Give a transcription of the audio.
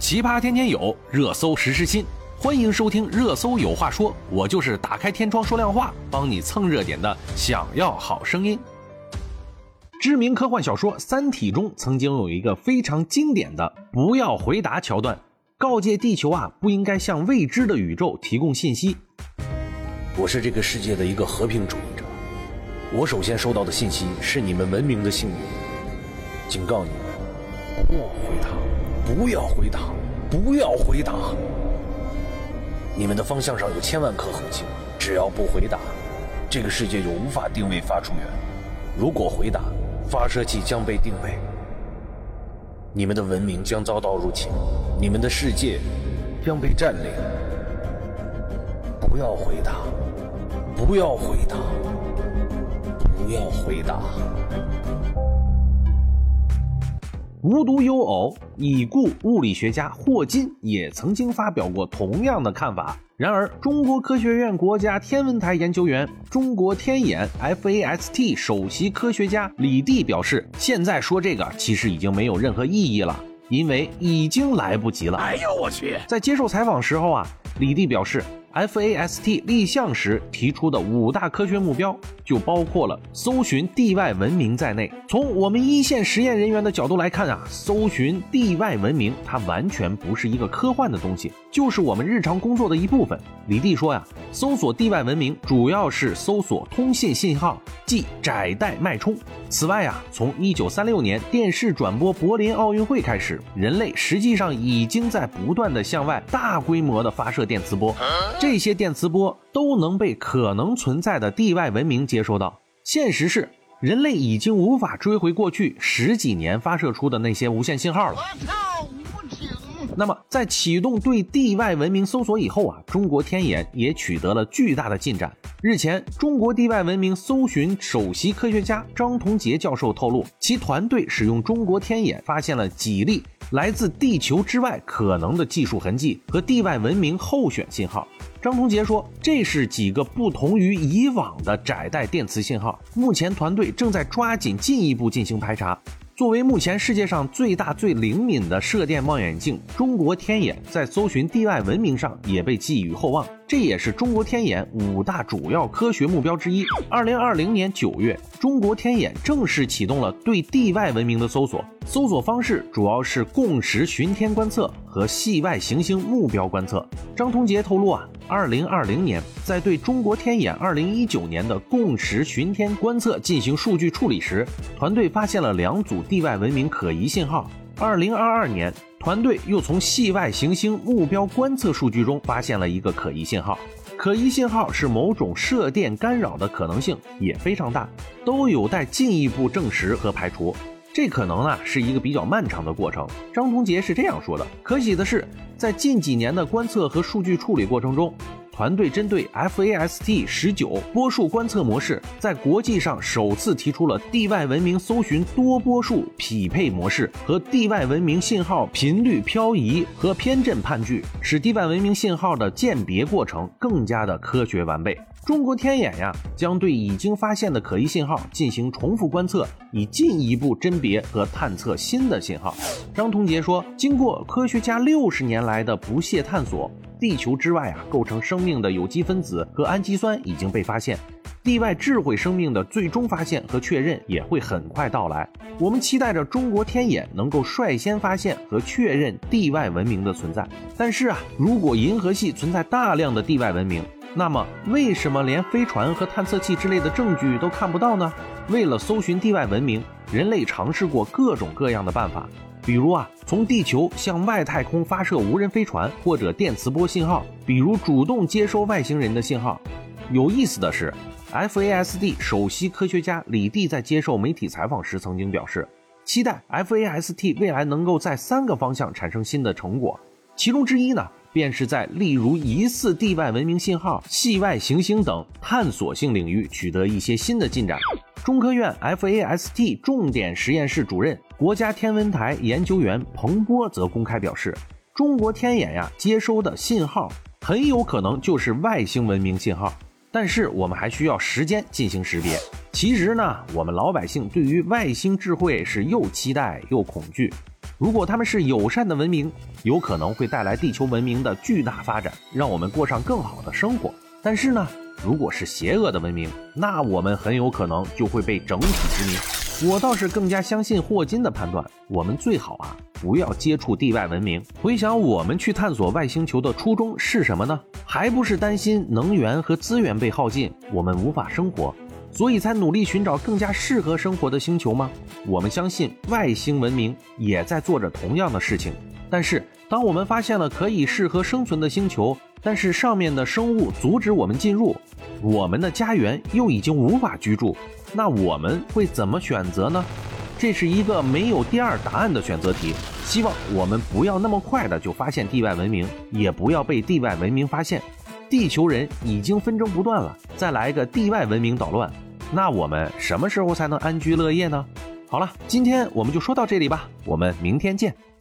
奇葩天天有，热搜时时新。欢迎收听热搜有话说，我就是打开天窗说亮话，帮你蹭热点的想要好声音。知名科幻小说《三体》中曾经有一个非常经典的不要回答桥段，告诫地球不应该向未知的宇宙提供信息。 我是这个世界的一个和平主义者，我首先收到的信息是你们文明的幸运，警告你们，不要回答，不要回答，不要回答。你们的方向上有千万颗恒星，只要不回答，这个世界就无法定位发出源。如果回答，发射器将被定位，你们的文明将遭到入侵，你们的世界将被占领。不要回答，不要回答，不要回答。 无独有偶，已故物理学家霍金也曾经发表过同样的看法。然而，中国科学院国家天文台研究员、中国天眼 FAST 首席科学家李地表示，现在说这个其实已经没有任何意义了，因为已经来不及了。 哎呦我去！ 在接受采访时候李地表示，FAST 立项时提出的5大科学目标就包括了搜寻地外文明在内。从我们一线实验人员的角度来看搜寻地外文明它完全不是一个科幻的东西，就是我们日常工作的一部分。李地说搜索地外文明主要是搜索通信信号，即窄带脉冲。此外从1936年电视转播柏林奥运会开始，人类实际上已经在不断的向外大规模的发射电磁波，这些电磁波都能被可能存在的地外文明接收到。现实是，人类已经无法追回过去10几年发射出的那些无线信号了。那么在启动对地外文明搜索以后中国天眼也取得了巨大的进展。日前，中国地外文明搜寻首席科学家张同杰教授透露，其团队使用中国天眼发现了几例来自地球之外可能的技术痕迹和地外文明候选信号。张同杰说，这是几个不同于以往的窄带电磁信号，目前团队正在抓紧进一步进行排查。作为目前世界上最大最灵敏的射电望远镜，中国天眼在搜寻地外文明上也被寄予厚望，这也是中国天眼5大主要科学目标之一。2020年9月，中国天眼正式启动了对地外文明的搜索，搜索方式主要是共识巡天观测和系外行星目标观测。张同杰透露2020年在对中国天眼2019年的共识巡天观测进行数据处理时，团队发现了2组地外文明可疑信号。2022年，团队又从系外行星目标观测数据中发现了一个可疑信号。可疑信号是某种射电干扰的可能性也非常大，都有待进一步证实和排除。这可能是一个比较漫长的过程。张同杰是这样说的，可喜的是，在近几年的观测和数据处理过程中，团队针对 FAST-19 波束观测模式，在国际上首次提出了地外文明搜寻多波束匹配模式和地外文明信号频率漂移和偏振判据，使地外文明信号的鉴别过程更加的科学完备。中国天眼将对已经发现的可疑信号进行重复观测，以进一步甄别和探测新的信号。张同杰说，经过科学家60年来的不懈探索，地球之外构成生命的有机分子和氨基酸已经被发现，地外智慧生命的最终发现和确认也会很快到来。我们期待着中国天眼能够率先发现和确认地外文明的存在。但是如果银河系存在大量的地外文明，那么为什么连飞船和探测器之类的证据都看不到呢？为了搜寻地外文明，人类尝试过各种各样的办法，比如从地球向外太空发射无人飞船或者电磁波信号，比如主动接收外星人的信号。有意思的是， FAST 首席科学家李地在接受媒体采访时曾经表示，期待 FAST 未来能够在3个方向产生新的成果，其中之一便是在例如疑似地外文明信号、系外行星等探索性领域取得一些新的进展。中科院 FAST 重点实验室主任、国家天文台研究员彭波则公开表示，中国天眼接收的信号很有可能就是外星文明信号，但是我们还需要时间进行识别。其实呢，我们老百姓对于外星智慧是又期待又恐惧。 如果他们是友善的文明，有可能会带来地球文明的巨大发展，让我们过上更好的生活。但是呢，如果是邪恶的文明，那我们很有可能就会被整体殖民。我倒是更加相信霍金的判断，我们最好不要接触地外文明。回想我们去探索外星球的初衷是什么呢？还不是担心能源和资源被耗尽，我们无法生活，所以才努力寻找更加适合生活的星球吗？我们相信外星文明也在做着同样的事情。但是当我们发现了可以适合生存的星球，但是上面的生物阻止我们进入，我们的家园又已经无法居住，那我们会怎么选择呢？这是一个没有第二答案的选择题，希望我们不要那么快的就发现地外文明，也不要被地外文明发现。地球人已经纷争不断了，再来一个地外文明捣乱，那我们什么时候才能安居乐业呢？好了，今天我们就说到这里吧，我们明天见。